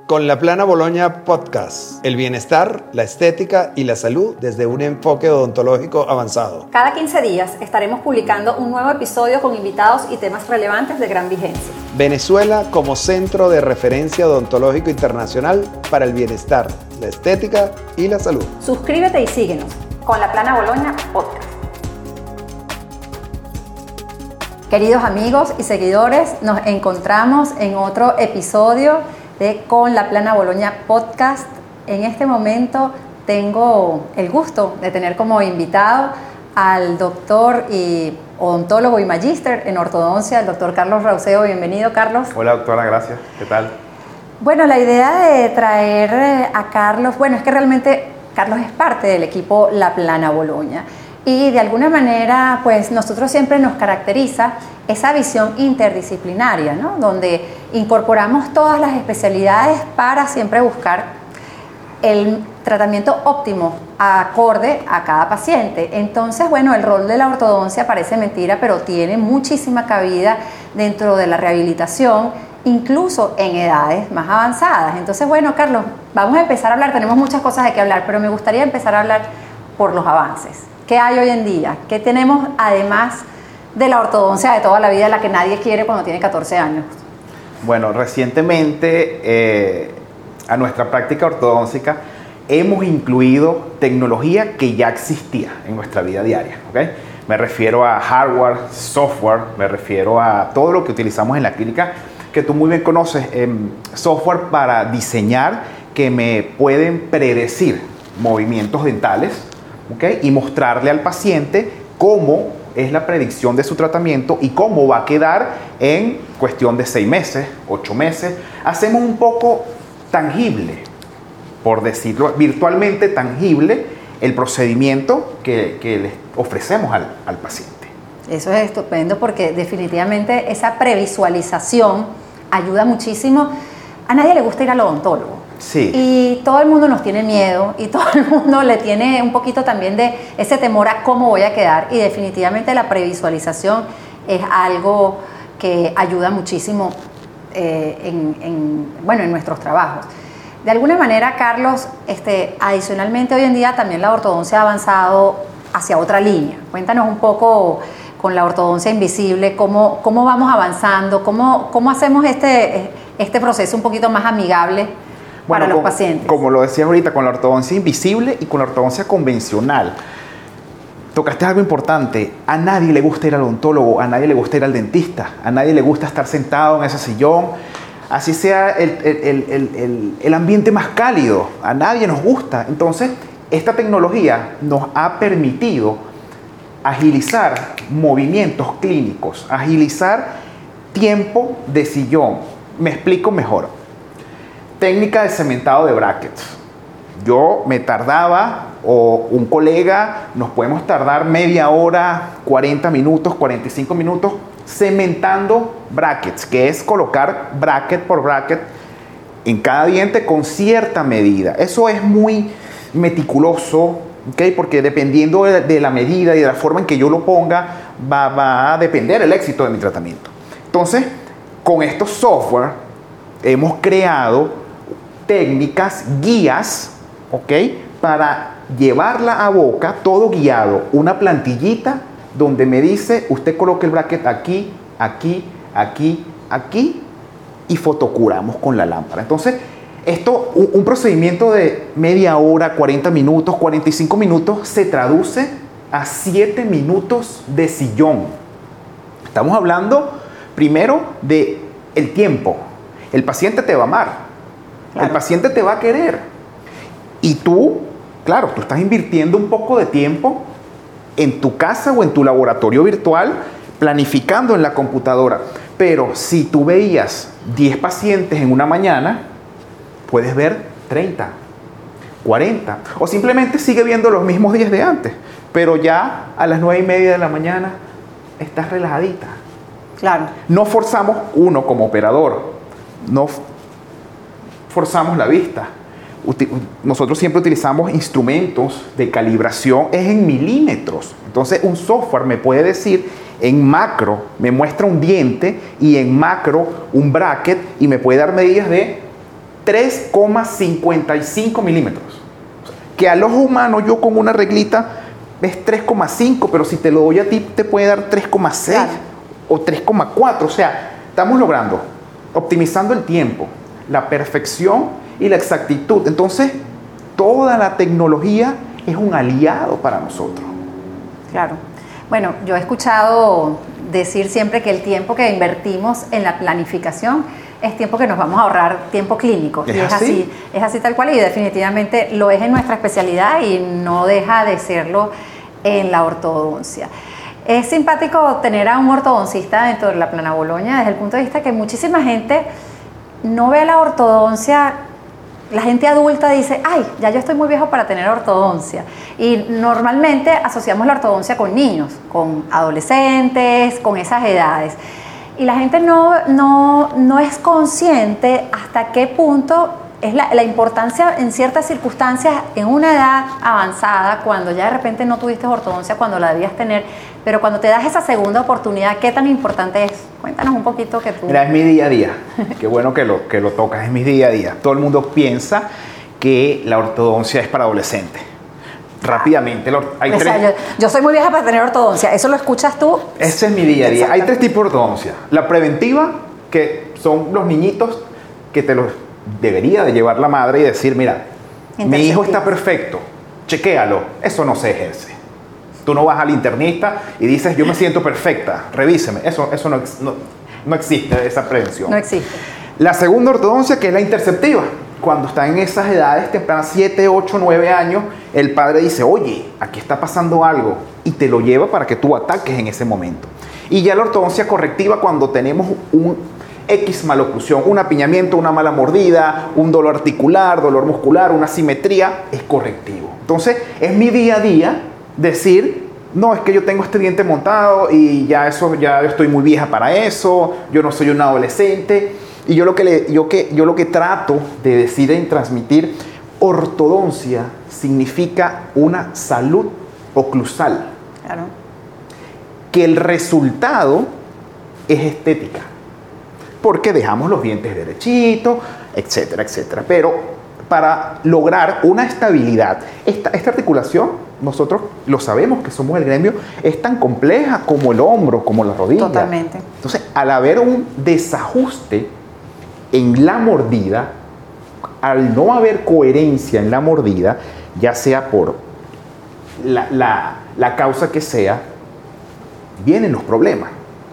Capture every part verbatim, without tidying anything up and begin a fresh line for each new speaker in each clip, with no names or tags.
Con la Plana Bologna Podcast, el bienestar, la estética y la salud desde un enfoque odontológico avanzado.
Cada quince días estaremos publicando un nuevo episodio con invitados y temas relevantes de gran vigencia.
Venezuela como centro de referencia odontológico internacional para el bienestar, la estética y la salud.
Suscríbete y síguenos con la Plana Bologna Podcast. Queridos amigos y seguidores, nos encontramos en otro episodio de Con la Plana Bologna Podcast. En este momento tengo el gusto de tener como invitado al doctor y odontólogo y magíster en ortodoncia, el doctor Carlos Rausseo. Bienvenido, Carlos.
Hola, doctora, gracias. ¿Qué tal?
Bueno, la idea de traer a Carlos, bueno, es que realmente Carlos es parte del equipo La Plana Bologna. Y de alguna manera, pues nosotros siempre nos caracteriza esa visión interdisciplinaria, ¿no? Donde incorporamos todas las especialidades para siempre buscar el tratamiento óptimo acorde a cada paciente. Entonces, bueno, el rol de la ortodoncia parece mentira, pero tiene muchísima cabida dentro de la rehabilitación, incluso en edades más avanzadas. Entonces, bueno, Carlos, vamos a empezar a hablar, tenemos muchas cosas de qué hablar, pero me gustaría empezar a hablar por los avances. ¿Qué hay hoy en día? ¿Qué tenemos además de la ortodoncia de toda la vida, la que nadie quiere cuando tiene catorce años?
Bueno, recientemente eh, a nuestra práctica ortodóntica hemos incluido tecnología que ya existía en nuestra vida diaria, ¿okay? Me refiero a hardware, software, me refiero a todo lo que utilizamos en la clínica, que tú muy bien conoces, eh, software para diseñar que me pueden predecir movimientos dentales, ¿okay? Y mostrarle al paciente cómo es la predicción de su tratamiento y cómo va a quedar en cuestión de seis meses, ocho meses. Hacemos un poco tangible, por decirlo, virtualmente tangible, el procedimiento que, que le ofrecemos al, al paciente.
Eso es estupendo porque definitivamente esa previsualización ayuda muchísimo. A nadie le gusta ir al odontólogo.
Sí.
Y todo el mundo nos tiene miedo y todo el mundo le tiene un poquito también de ese temor a cómo voy a quedar, y definitivamente la previsualización es algo que ayuda muchísimo eh, en, en, bueno, en nuestros trabajos. De alguna manera, Carlos, este, adicionalmente hoy en día también la ortodoncia ha avanzado hacia otra línea. Cuéntanos un poco con la ortodoncia invisible, cómo, cómo vamos avanzando, cómo, cómo hacemos este, este proceso un poquito más amigable para
Bueno,
los
como,
pacientes.
Como lo decías ahorita, con la ortodoncia invisible y con la ortodoncia convencional. Tocaste algo importante. A nadie le gusta ir al odontólogo, a nadie le gusta ir al dentista, a nadie le gusta estar sentado en ese sillón, así sea el, el, el, el, el ambiente más cálido. A nadie nos gusta. Entonces, esta tecnología nos ha permitido agilizar movimientos clínicos, agilizar tiempo de sillón. Me explico mejor. Técnica de cementado de brackets. Yo me tardaba, o un colega, nos podemos tardar media hora, cuarenta minutos, cuarenta y cinco minutos cementando brackets, que es colocar bracket por bracket en cada diente con cierta medida. Eso es muy meticuloso, ¿okay? Porque dependiendo de, de la medida y de la forma en que yo lo ponga, va, va a depender el éxito de mi tratamiento. Entonces, con estos software hemos creado técnicas, guías, ¿ok? Para llevarla a boca, todo guiado, una plantillita donde me dice, usted coloque el bracket aquí, aquí, aquí, aquí, y fotocuramos con la lámpara. Entonces, esto, un, un procedimiento de media hora, cuarenta minutos, cuarenta y cinco minutos, se traduce a siete minutos de sillón. Estamos hablando primero de el tiempo. El paciente te va a amar. Claro. El paciente te va a querer. Y tú, claro, tú estás invirtiendo un poco de tiempo en tu casa o en tu laboratorio virtual, planificando en la computadora. Pero si tú veías diez pacientes en una mañana, puedes ver treinta, cuarenta. O simplemente sigue viendo los mismos diez de antes. Pero ya a las nueve y media de la mañana estás relajadita.
Claro.
No forzamos, uno como operador, no forzamos la vista. Uti- nosotros siempre utilizamos instrumentos de calibración, es en milímetros. Entonces un software me puede decir en macro, me muestra un diente, y en macro un bracket, y me puede dar medidas de tres coma cincuenta y cinco milímetros. Que al ojo humano yo con una reglita es tres coma cinco, pero si te lo doy a ti te puede dar tres coma seis claro. o tres coma cuatro. O sea, estamos logrando, optimizando el tiempo, la perfección y la exactitud. Entonces, toda la tecnología es un aliado para nosotros.
Claro. Bueno, yo he escuchado decir siempre que el tiempo que invertimos en la planificación es tiempo que nos vamos a ahorrar, tiempo clínico.
¿Es
y es
así?
así, es así tal cual, y definitivamente lo es en nuestra especialidad y no deja de serlo en la ortodoncia. Es simpático tener a un ortodoncista dentro de la Plana Boloña desde el punto de vista que muchísima gente no ve la ortodoncia. La gente adulta dice, ay, ya yo estoy muy viejo para tener ortodoncia. Y normalmente asociamos la ortodoncia con niños, con adolescentes, con esas edades. Y la gente no, no, no es consciente hasta qué punto es la, la importancia en ciertas circunstancias en una edad avanzada, cuando ya de repente no tuviste ortodoncia cuando la debías tener, pero cuando te das esa segunda oportunidad, ¿qué tan importante es? Cuéntanos un poquito que tú...
Mira, es mi día a día. Qué bueno que lo, que lo tocas, es mi día a día. Todo el mundo piensa que la ortodoncia es para adolescentes. Rápidamente, hay
o
tres...
sea, yo, yo soy muy vieja para tener ortodoncia, ¿eso lo escuchas tú?
Ese es mi día a día. Hay tres tipos de ortodoncia. La preventiva, que son los niñitos que te los debería de llevar la madre y decir, mira, mi hijo está perfecto, chequéalo. Eso no se ejerce. Tú no vas al internista y dices, yo me siento perfecta, revíseme. Eso, eso no, no, no existe, esa prevención.
No existe.
La segunda ortodoncia, que es la interceptiva. Cuando están en esas edades tempranas, siete, ocho, nueve años, el padre dice, oye, aquí está pasando algo, y te lo lleva para que tú ataques en ese momento. Y ya la ortodoncia correctiva, cuando tenemos un X maloclusión, un apiñamiento, una mala mordida, un dolor articular, dolor muscular, una asimetría, es correctivo. Entonces, es mi día a día decir, no, es que yo tengo este diente montado y ya eso, ya estoy muy vieja para eso, yo no soy un adolescente. Y yo lo que, le, yo que, yo lo que trato de decir y transmitir, ortodoncia significa una salud oclusal.
Claro.
Que el resultado es estética. Porque dejamos los dientes derechitos, etcétera, etcétera. Pero para lograr una estabilidad, esta, esta articulación, nosotros lo sabemos que somos el gremio, es tan compleja como el hombro, como la rodilla.
Totalmente.
Entonces, al haber un desajuste en la mordida, al no haber coherencia en la mordida, ya sea por la, la, la causa que sea, vienen los problemas.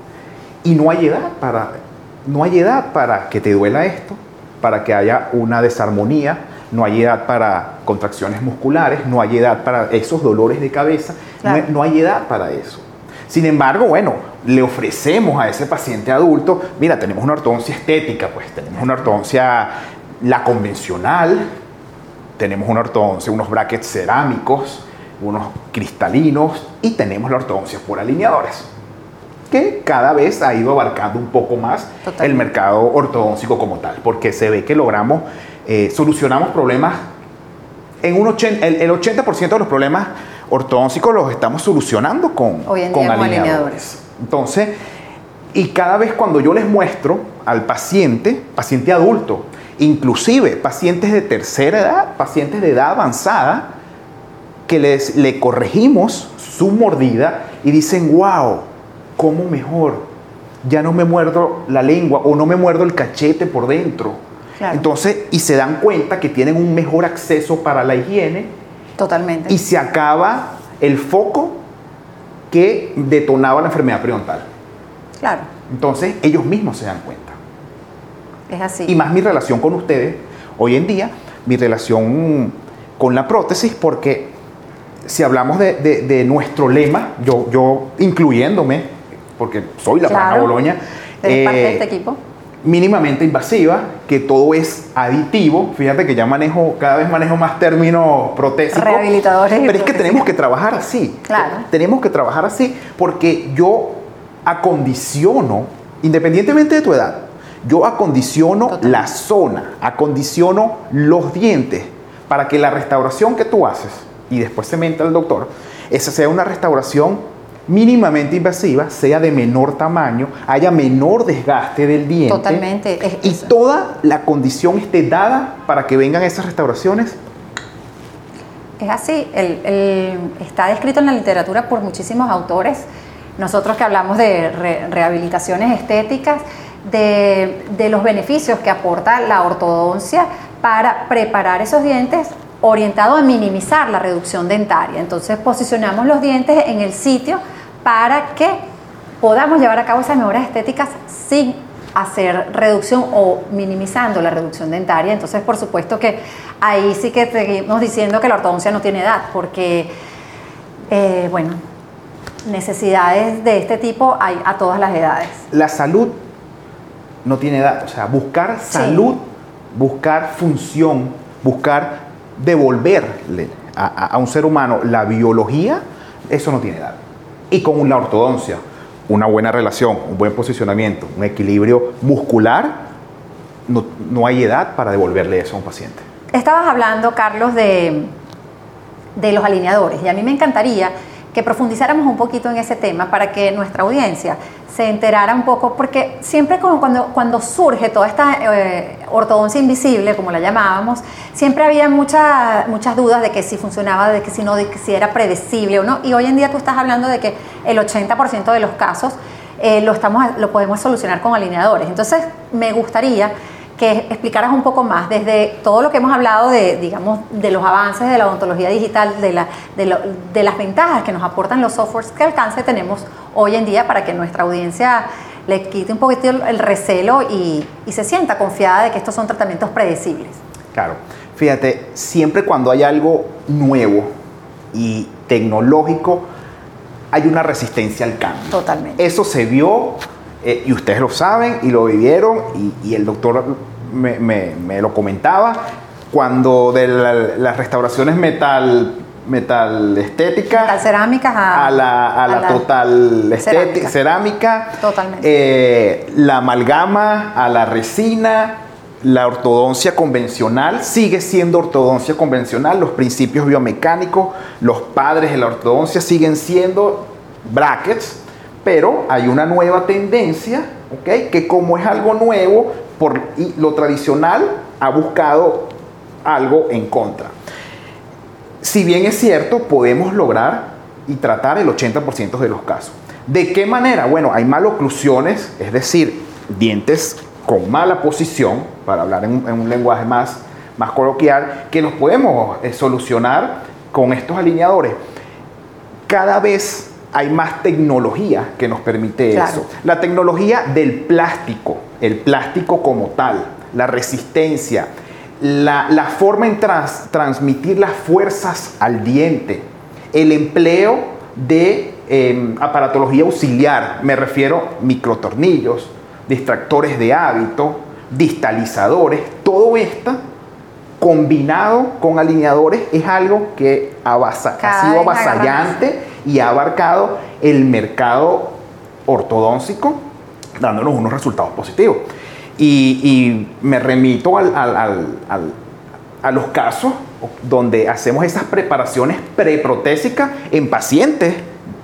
Y no hay edad para, no hay edad para que te duela esto, para que haya una desarmonía, no hay edad para contracciones musculares, no hay edad para esos dolores de cabeza, claro. no, hay, no hay edad para eso. Sin embargo, bueno, le ofrecemos a ese paciente adulto, mira, tenemos una ortodoncia estética, pues tenemos una ortodoncia, la convencional, tenemos una ortodoncia, unos brackets cerámicos, unos cristalinos, y tenemos la ortodoncia por alineadores, que cada vez ha ido abarcando un poco más Totalmente. El mercado ortodóntico como tal, porque se ve que logramos, eh, solucionamos problemas, en un ochenta, el, el ochenta por ciento de los problemas ortodónticos los estamos solucionando con,
Hoy en
con
día
alineadores. alineadores. Entonces, y cada vez cuando yo les muestro al paciente, paciente adulto, inclusive pacientes de tercera edad, pacientes de edad avanzada, que les, le corregimos su mordida y dicen, wow, ¿cómo mejor? Ya no me muerdo la lengua o no me muerdo el cachete por dentro. Claro. Entonces, y se dan cuenta que tienen un mejor acceso para la higiene.
Totalmente.
Y se acaba el foco que detonaba la enfermedad periodontal.
Claro.
Entonces, ellos mismos se dan cuenta.
Es así.
Y más mi relación con ustedes, hoy en día, mi relación con la prótesis, porque si hablamos de, de, de nuestro lema, yo, yo incluyéndome, porque soy la
claro.
Plana Boloña,
¿Eres
eh,
parte de este equipo?
Mínimamente invasiva, que todo es aditivo. Fíjate que ya manejo, cada vez manejo más términos protésicos.
Rehabilitadores.
Pero es que tenemos que trabajar así.
Claro.
Tenemos que trabajar así porque yo acondiciono, independientemente de tu edad, yo acondiciono Totalmente. La zona, acondiciono los dientes para que la restauración que tú haces, y después se menta el doctor, esa sea una restauración mínimamente invasiva, sea de menor tamaño, haya menor desgaste del diente.
Totalmente. Es
y
eso.
toda la condición esté dada para que vengan esas restauraciones.
Es así, el, el, está descrito en la literatura por muchísimos autores. Nosotros que hablamos de re, rehabilitaciones estéticas, de, de los beneficios que aporta la ortodoncia para preparar esos dientes orientado a minimizar la reducción dentaria. Entonces posicionamos los dientes en el sitio para que podamos llevar a cabo esas mejoras estéticas sin hacer reducción o minimizando la reducción dentaria. Entonces, por supuesto que ahí sí que seguimos diciendo que la ortodoncia no tiene edad, porque, eh, bueno, necesidades de este tipo hay a todas las edades.
La salud no tiene edad, o sea, buscar salud, sí. buscar función, buscar devolverle a, a, a un ser humano la biología, eso no tiene edad. Y con la ortodoncia, una buena relación, un buen posicionamiento, un equilibrio muscular, no, no hay edad para devolverle eso a un paciente.
Estabas hablando, Carlos, de, de los alineadores, y a mí me encantaría que profundizáramos un poquito en ese tema para que nuestra audiencia se enterara un poco, porque siempre cuando, cuando surge toda esta eh, ortodoncia invisible, como la llamábamos, siempre había mucha, muchas dudas de que si funcionaba, de que si no, de que si era predecible o no, y hoy en día tú estás hablando de que el ochenta por ciento de los casos eh, lo, estamos, lo podemos solucionar con alineadores. Entonces me gustaría que explicaras un poco más desde todo lo que hemos hablado de, digamos, de los avances de la odontología digital, de, la, de, lo, de las ventajas que nos aportan los softwares que alcance tenemos hoy en día para que nuestra audiencia le quite un poquito el recelo y, y se sienta confiada de que estos son tratamientos predecibles.
Claro, fíjate, siempre cuando hay algo nuevo y tecnológico, hay una resistencia al cambio.
Totalmente.
Eso se vio, eh, y ustedes lo saben y lo vivieron, y, y el doctor me, me, me lo comentaba, cuando de la, las restauraciones metal, metal estética,
metal cerámicas a,
a la, a la, a la total estética, cerámica,
totalmente.
Eh, la amalgama a la resina, la ortodoncia convencional sigue siendo ortodoncia convencional, los principios biomecánicos, los padres de la ortodoncia siguen siendo brackets, pero hay una nueva tendencia, ¿okay? Que como es algo nuevo, por, y lo tradicional ha buscado algo en contra. Si bien es cierto, podemos lograr y tratar el ochenta por ciento de los casos. ¿De qué manera? Bueno, hay maloclusiones, es decir, dientes con mala posición, para hablar en un, en un lenguaje más, más coloquial, que nos podemos eh, solucionar con estos alineadores. Cada vez hay más tecnología que nos permite claro. eso. La tecnología del plástico, el plástico como tal, la resistencia, la, la forma en trans, transmitir las fuerzas al diente, el empleo de eh, aparatología auxiliar, me refiero a microtornillos, distractores de hábito, distalizadores, todo esto combinado con alineadores es algo que avasa, ha sido avasallante y ha abarcado el mercado ortodóntico, dándonos unos resultados positivos. Y, y me remito al, al, al, al, a los casos donde hacemos esas preparaciones preprotésicas en pacientes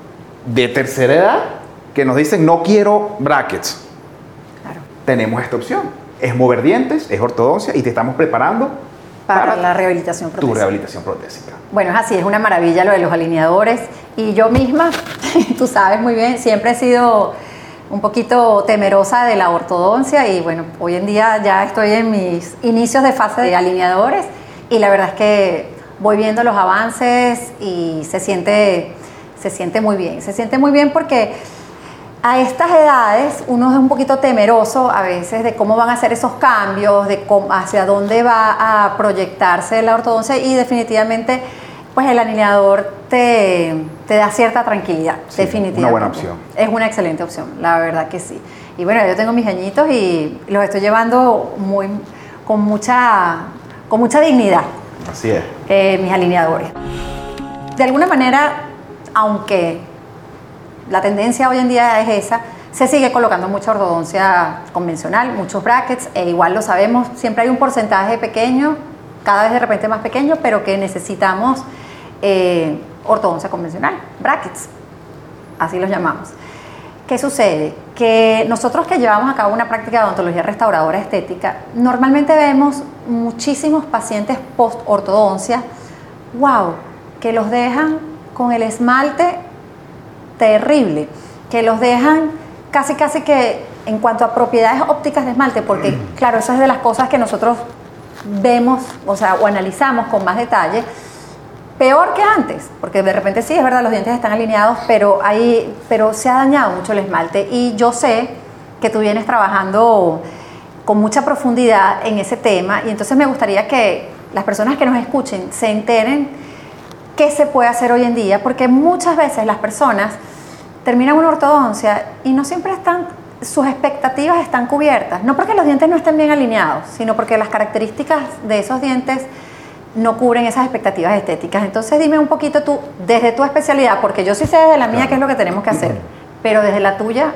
de tercera edad que nos dicen no quiero brackets. Claro. Tenemos esta opción. Es mover dientes, es ortodoncia y te estamos preparando
para, para la rehabilitación protésica.
Tu rehabilitación protésica.
Bueno, es así, es una maravilla lo de los alineadores. Y yo misma, tú sabes muy bien, siempre he sido un poquito temerosa de la ortodoncia y bueno, hoy en día ya estoy en mis inicios de fase de alineadores y la verdad es que voy viendo los avances y se siente, se siente muy bien. Se siente muy bien porque a estas edades uno es un poquito temeroso a veces de cómo van a ser esos cambios, de cómo, hacia dónde va a proyectarse la ortodoncia y definitivamente pues el alineador te, te da cierta tranquilidad, sí, definitivamente.
Una buena opción.
Es una excelente opción, la verdad que sí. Y bueno, yo tengo mis añitos y los estoy llevando muy, con, mucha, con mucha dignidad.
Así es.
Eh, mis alineadores. De alguna manera, aunque la tendencia hoy en día es esa, se sigue colocando mucha ortodoncia convencional, muchos brackets, e igual lo sabemos, siempre hay un porcentaje pequeño, cada vez de repente más pequeño, pero que necesitamos eh, ortodoncia convencional, brackets. así los llamamos. ¿Qué sucede? Que nosotros que llevamos a cabo una práctica de odontología restauradora estética, normalmente vemos muchísimos pacientes post-ortodoncia, wow, que los dejan con el esmalte terrible, que los dejan casi casi que en cuanto a propiedades ópticas de esmalte, porque claro, eso es de las cosas que nosotros vemos, o sea, o analizamos con más detalle, peor que antes, porque de repente sí, es verdad, los dientes están alineados, pero, hay, pero se ha dañado mucho el esmalte. Y yo sé que tú vienes trabajando con mucha profundidad en ese tema, y entonces me gustaría que las personas que nos escuchen se enteren qué se puede hacer hoy en día, porque muchas veces las personas terminan una ortodoncia y no siempre están, sus expectativas están cubiertas, no porque los dientes no estén bien alineados, sino porque las características de esos dientes no cubren esas expectativas estéticas. Entonces dime un poquito tú, desde tu especialidad, porque yo sí sé desde la mía claro. qué es lo que tenemos que hacer, pero desde la tuya,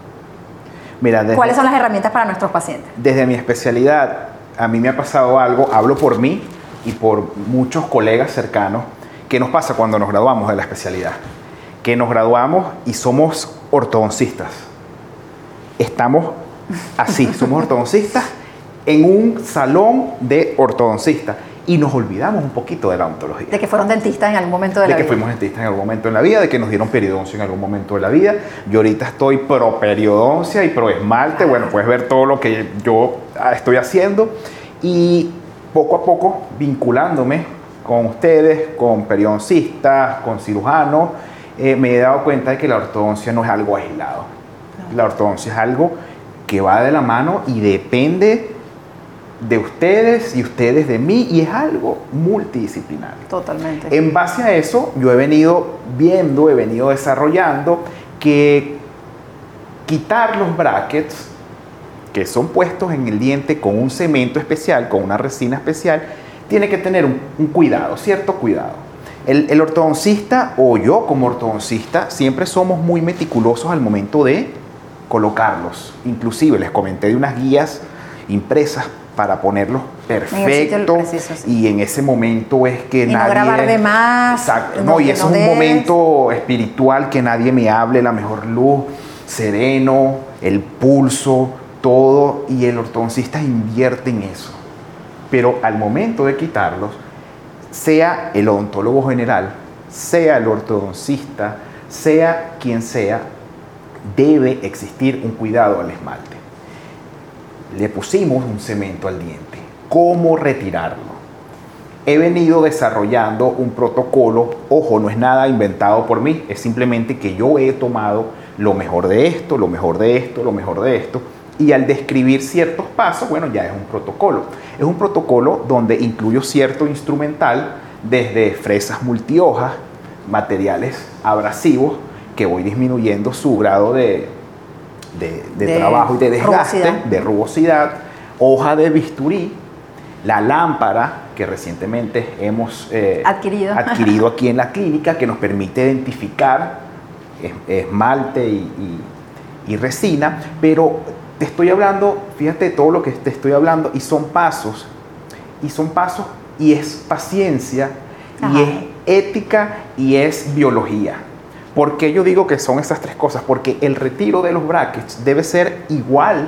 Mira, desde,
¿cuáles son las herramientas para nuestros pacientes?
Desde mi especialidad, a mí me ha pasado algo, hablo por mí y por muchos colegas cercanos, que nos pasa cuando nos graduamos de la especialidad, que nos graduamos y somos ortodoncistas. Estamos así, somos ortodoncistas en un salón de ortodoncistas. Y nos olvidamos un poquito de la odontología.
De que fueron dentistas en algún momento de, de la vida.
De que fuimos dentistas en algún momento de la vida, de que nos dieron periodoncia en algún momento de la vida. Yo ahorita estoy pro periodoncia y pro esmalte. Bueno, puedes ver todo lo que yo estoy haciendo. Y poco a poco, vinculándome con ustedes, con periodoncistas, con cirujanos, eh, me he dado cuenta de que la ortodoncia no es algo aislado. La ortodoncia es algo que va de la mano y depende de ustedes y ustedes de mí, y es algo multidisciplinario.
Totalmente.
En base a eso, yo he venido viendo, he venido desarrollando que quitar los brackets que son puestos en el diente con un cemento especial, con una resina especial, tiene que tener un, un cuidado, cierto cuidado. El, el ortodoncista, o yo como ortodoncista, siempre somos muy meticulosos al momento de colocarlos. Inclusive les comenté de unas guías impresas para ponerlos perfectos, preciso, sí. Y en ese momento es que
y
nadie...
no grabar de más.
Exacto, no, no y eso no es un des... momento espiritual, que nadie me hable, la mejor luz, sereno, el pulso, todo, y el ortodoncista invierte en eso. Pero al momento de quitarlos, sea el odontólogo general, sea el ortodoncista, sea quien sea, debe existir un cuidado al esmalte. Le pusimos un cemento al diente. ¿Cómo retirarlo? He venido desarrollando un protocolo. Ojo, no es nada inventado por mí. Es simplemente que yo he tomado lo mejor de esto, lo mejor de esto, lo mejor de esto. Y al describir ciertos pasos, bueno, ya es un protocolo. Es un protocolo donde incluyo cierto instrumental, desde fresas multihojas, materiales abrasivos, que voy disminuyendo su grado de... De, de, de trabajo y de desgaste, rugosidad. de rugosidad, hoja de bisturí, la lámpara que recientemente hemos eh,
adquirido.
adquirido aquí en la clínica, que nos permite identificar es, esmalte y, y, y resina, pero te estoy hablando, fíjate todo lo que te estoy hablando, y son pasos, y son pasos, y es paciencia, Ajá. y es ética, y es biología. ¿Por qué yo digo que son esas tres cosas? Porque el retiro de los brackets debe ser igual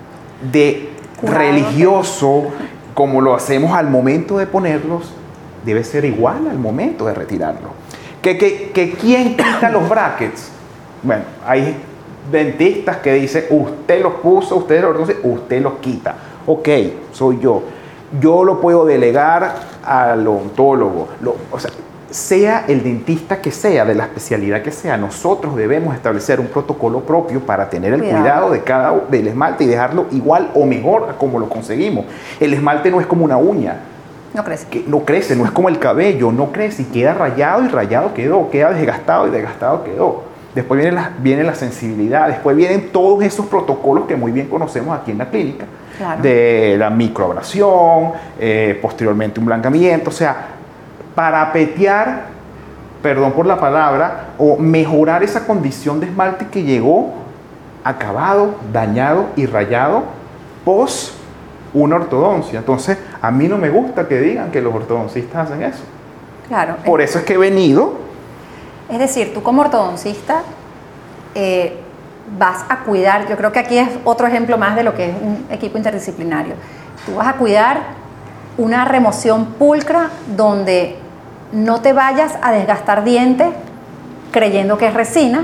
de Curado. religioso como lo hacemos al momento de ponerlos, debe ser igual al momento de retirarlos. ¿Que, que, que quién quita los brackets? Bueno, hay dentistas que dicen, usted los puso, usted los puso, usted los quita. Ok, soy yo. Yo lo puedo delegar al odontólogo. Lo, o sea, sea el dentista que sea, de la especialidad que sea, nosotros debemos establecer un protocolo propio para tener el cuidado, cuidado de cada del esmalte y dejarlo igual o mejor a como lo conseguimos. El esmalte no es como una uña.
No crece.
Que no crece, no es como el cabello, no crece y queda rayado y rayado quedó, queda desgastado y desgastado quedó. Después viene la, viene la sensibilidad, después vienen todos esos protocolos que muy bien conocemos aquí en la clínica, claro. de la microabrasión, eh, posteriormente un blancamiento, o sea, para petear, perdón por la palabra, o mejorar esa condición de esmalte que llegó acabado, dañado y rayado post una ortodoncia. Entonces, a mí no me gusta que digan que los ortodoncistas hacen eso.
Claro.
Por eso es que he venido.
Es decir, tú como ortodoncista eh, vas a cuidar, yo creo que aquí es otro ejemplo más de lo que es un equipo interdisciplinario. Tú vas a cuidar una remoción pulcra donde no te vayas a desgastar dientes creyendo que es resina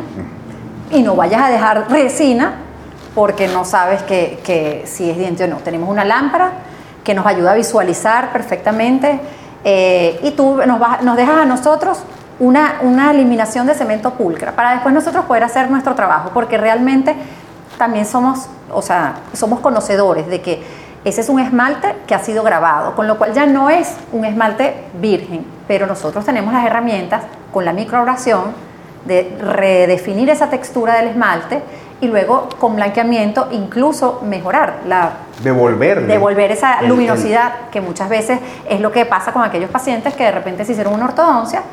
y no vayas a dejar resina porque no sabes que, que si es diente o no. Tenemos una lámpara que nos ayuda a visualizar perfectamente eh, y tú nos, vas, nos dejas a nosotros una, una eliminación de cemento pulcra para después nosotros poder hacer nuestro trabajo, porque realmente también somos, o sea, somos conocedores de que ese es un esmalte que ha sido grabado, con lo cual ya no es un esmalte virgen, pero nosotros tenemos las herramientas con la microabrasión de redefinir esa textura del esmalte y luego con blanqueamiento incluso mejorar la...
Devolverle.
Devolver esa
el,
luminosidad el... que muchas veces es lo que pasa con aquellos pacientes que de repente se hicieron una ortodoncia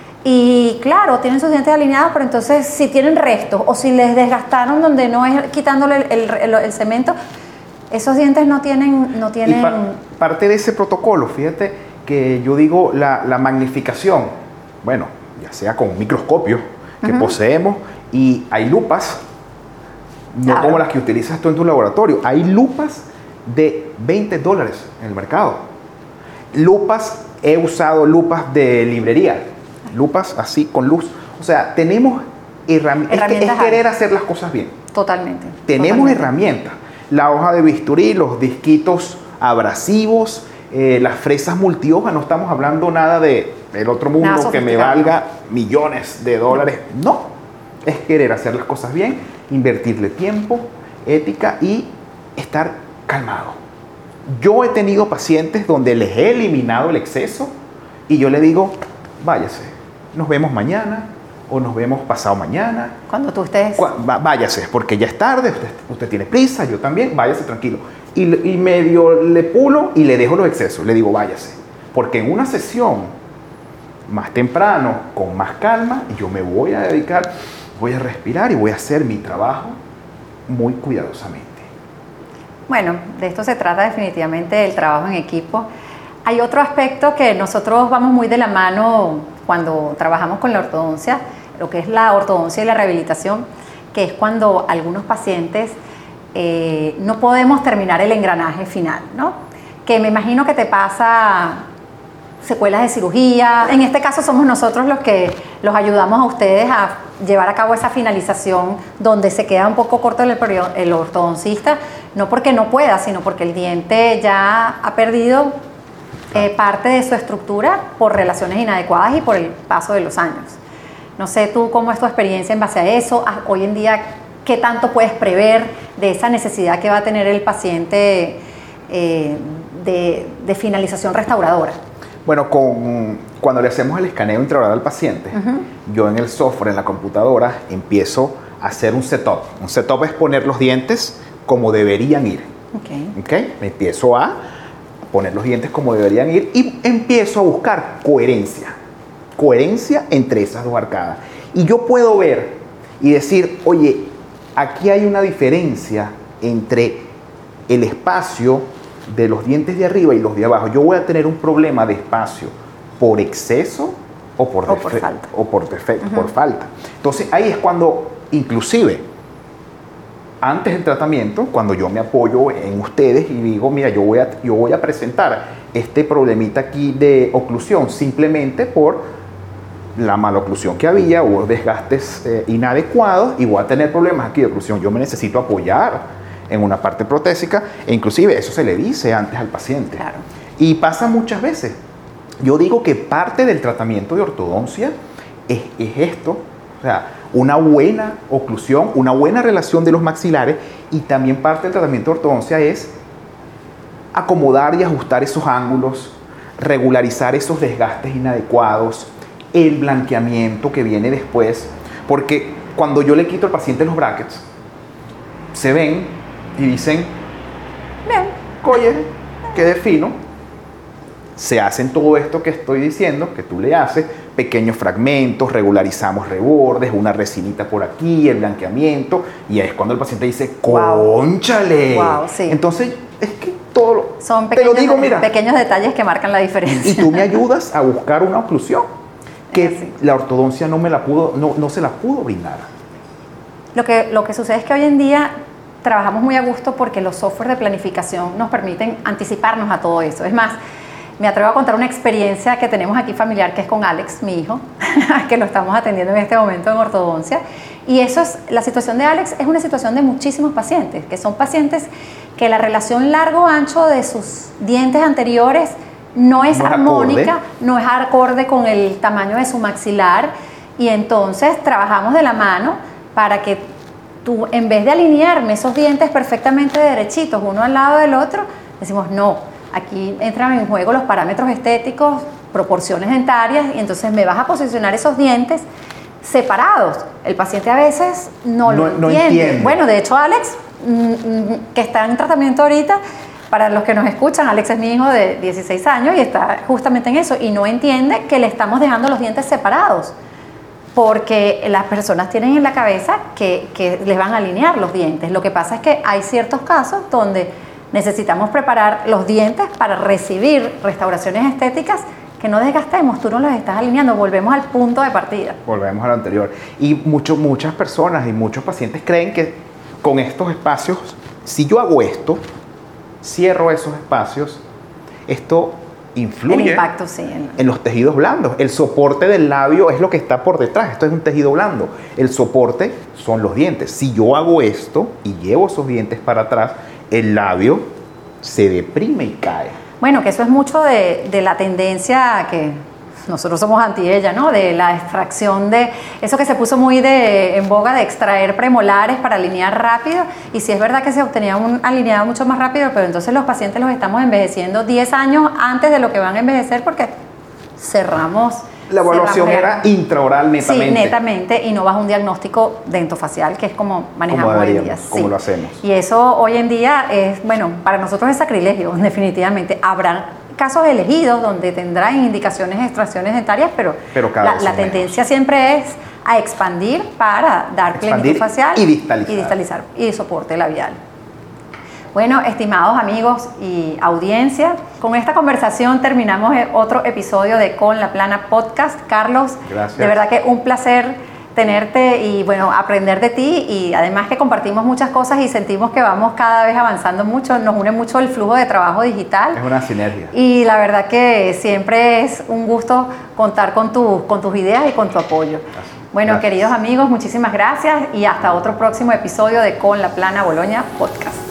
y claro, tienen sus dientes alineados, pero entonces si tienen restos o si les desgastaron donde no es quitándole el, el, el, el cemento, esos dientes no tienen... No tienen...
Y pa parte de ese protocolo, fíjate que yo digo la, la magnificación, bueno, ya sea con un microscopio que uh-huh. poseemos y hay lupas, no claro. como las que utilizas tú en tu laboratorio, hay lupas de veinte dólares en el mercado. Lupas, he usado lupas de librería, lupas así con luz, o sea, tenemos herrami herramientas, es, que, es querer hacer las cosas bien.
Totalmente.
Tenemos
totalmente.
herramientas. La hoja de bisturí, los disquitos abrasivos, eh, las fresas multihoja, no estamos hablando nada de el otro mundo que me valga millones de dólares. No, es querer hacer las cosas bien, invertirle tiempo, ética y estar calmado. Yo he tenido pacientes donde les he eliminado el exceso y yo le digo, váyase, nos vemos mañana o nos vemos pasado mañana.
Cuando tú estés...
Váyase, porque ya es tarde, usted, usted tiene prisa, yo también, váyase tranquilo. Y, y medio le pulo y le dejo los excesos, le digo váyase. Porque en una sesión más temprano, con más calma, yo me voy a dedicar, voy a respirar y voy a hacer mi trabajo muy cuidadosamente.
Bueno, de esto se trata definitivamente el trabajo en equipo. Hay otro aspecto que nosotros vamos muy de la mano cuando trabajamos con la ortodoncia, lo que es la ortodoncia y la rehabilitación, que es cuando algunos pacientes eh, no podemos terminar el engranaje final, ¿no? Que me imagino que te pasa secuelas de cirugía. En este caso somos nosotros los que los ayudamos a ustedes a llevar a cabo esa finalización donde se queda un poco corto el, el ortodoncista, no porque no pueda, sino porque el diente ya ha perdido Eh, parte de su estructura por relaciones inadecuadas y por el paso de los años. No sé tú cómo es tu experiencia en base a eso. Hoy en día, ¿qué tanto puedes prever de esa necesidad que va a tener el paciente eh, de, de finalización restauradora?
Bueno, con, cuando le hacemos el escaneo intraoral al paciente, uh-huh. yo en el software, en la computadora, empiezo a hacer un setup. Un setup es poner los dientes como deberían ir.
Okay.
¿Okay? Me empiezo a poner los dientes como deberían ir y empiezo a buscar coherencia, coherencia entre esas dos arcadas. Y yo puedo ver y decir, oye, aquí hay una diferencia entre el espacio de los dientes de arriba y los de abajo. Yo voy a tener un problema de espacio por exceso o por,
o por falta.
O por defecto, uh-huh. por falta. Entonces ahí es cuando, inclusive, antes del tratamiento, cuando yo me apoyo en ustedes y digo, mira, yo voy a, yo voy a presentar este problemita aquí de oclusión simplemente por la mala oclusión que había, hubo desgastes eh, inadecuados y voy a tener problemas aquí de oclusión. Yo me necesito apoyar en una parte protésica e inclusive eso se le dice antes al paciente.
Claro.
Y pasa muchas veces. Yo digo que parte del tratamiento de ortodoncia es, es esto, o sea, una buena oclusión, una buena relación de los maxilares y también parte del tratamiento de ortodoncia es acomodar y ajustar esos ángulos, regularizar esos desgastes inadecuados, el blanqueamiento que viene después, porque cuando yo le quito al paciente los brackets, se ven y dicen,
bien,
oye, quede fino. Se hacen todo esto que estoy diciendo, que tú le haces, pequeños fragmentos, regularizamos rebordes, una resinita por aquí, el blanqueamiento, y es cuando el paciente dice, ¡cónchale!
Wow, sí.
Entonces, es que todo lo,
son
te
pequeños,
lo digo, mira,
pequeños detalles que marcan la diferencia.
Y tú me ayudas a buscar una oclusión que
sí.
la ortodoncia no, me la pudo, no, no se la pudo brindar.
Lo que, lo que sucede es que hoy en día trabajamos muy a gusto porque los softwares de planificación nos permiten anticiparnos a todo eso. Es más, me atrevo a contar una experiencia que tenemos aquí familiar, que es con Alex, mi hijo, que lo estamos atendiendo en este momento en ortodoncia. Y eso es, la situación de Alex es una situación de muchísimos pacientes, que son pacientes que la relación largo-ancho de sus dientes anteriores no es, no es armónica, acorde. no es acorde con el tamaño de su maxilar, y entonces trabajamos de la mano para que tú, en vez de alinearme esos dientes perfectamente derechitos, uno al lado del otro, decimos no. Aquí entran en juego los parámetros estéticos, proporciones dentarias, y entonces me vas a posicionar esos dientes separados. El paciente a veces no, no lo entiende. No entiende. Bueno, de hecho, Alex, que está en tratamiento ahorita, para los que nos escuchan, Alex es mi hijo de dieciséis años y está justamente en eso, y no entiende que le estamos dejando los dientes separados, porque las personas tienen en la cabeza que, que les van a alinear los dientes. Lo que pasa es que hay ciertos casos donde necesitamos preparar los dientes para recibir restauraciones estéticas que no desgastemos, tú no los estás alineando, volvemos al punto de partida.
Volvemos a lo anterior. Y mucho, muchas personas y muchos pacientes creen que con estos espacios, si yo hago esto, cierro esos espacios, esto influye
el impacto, sí, en...
en los tejidos blandos. El soporte del labio es lo que está por detrás, esto es un tejido blando. El soporte son los dientes. Si yo hago esto y llevo esos dientes para atrás, el labio se deprime y cae.
Bueno, que eso es mucho de, de la tendencia que nosotros somos anti ella, ¿no? De la extracción de eso que se puso muy de, en boga, de extraer premolares para alinear rápido. Y sí es verdad que se obtenía un alineado mucho más rápido, pero entonces los pacientes los estamos envejeciendo diez años antes de lo que van a envejecer porque cerramos.
La evaluación era intraoral netamente.
Sí, netamente, y no bajo un diagnóstico dentofacial, que es como manejamos hoy en día.
Como sí. lo hacemos.
Y eso hoy en día es, bueno, para nosotros es sacrilegio, definitivamente. Habrá casos elegidos donde tendrán indicaciones de extracciones dentarias, pero,
pero cada
la, la tendencia menos. siempre es a expandir para dar plenitud facial
y distalizar.
y distalizar y soporte labial. Bueno, estimados amigos y audiencia, con esta conversación terminamos otro episodio de Con la Plana Podcast. Carlos,
gracias.
De verdad que un placer tenerte y bueno, aprender de ti, y además que compartimos muchas cosas y sentimos que vamos cada vez avanzando mucho, nos une mucho el flujo de trabajo digital.
Es una sinergia.
Y la verdad que siempre es un gusto contar con, tu, con tus ideas y con tu apoyo.
Gracias.
Bueno,
gracias.
Queridos amigos, muchísimas gracias y hasta otro próximo episodio de Con la Plana Boloña Podcast.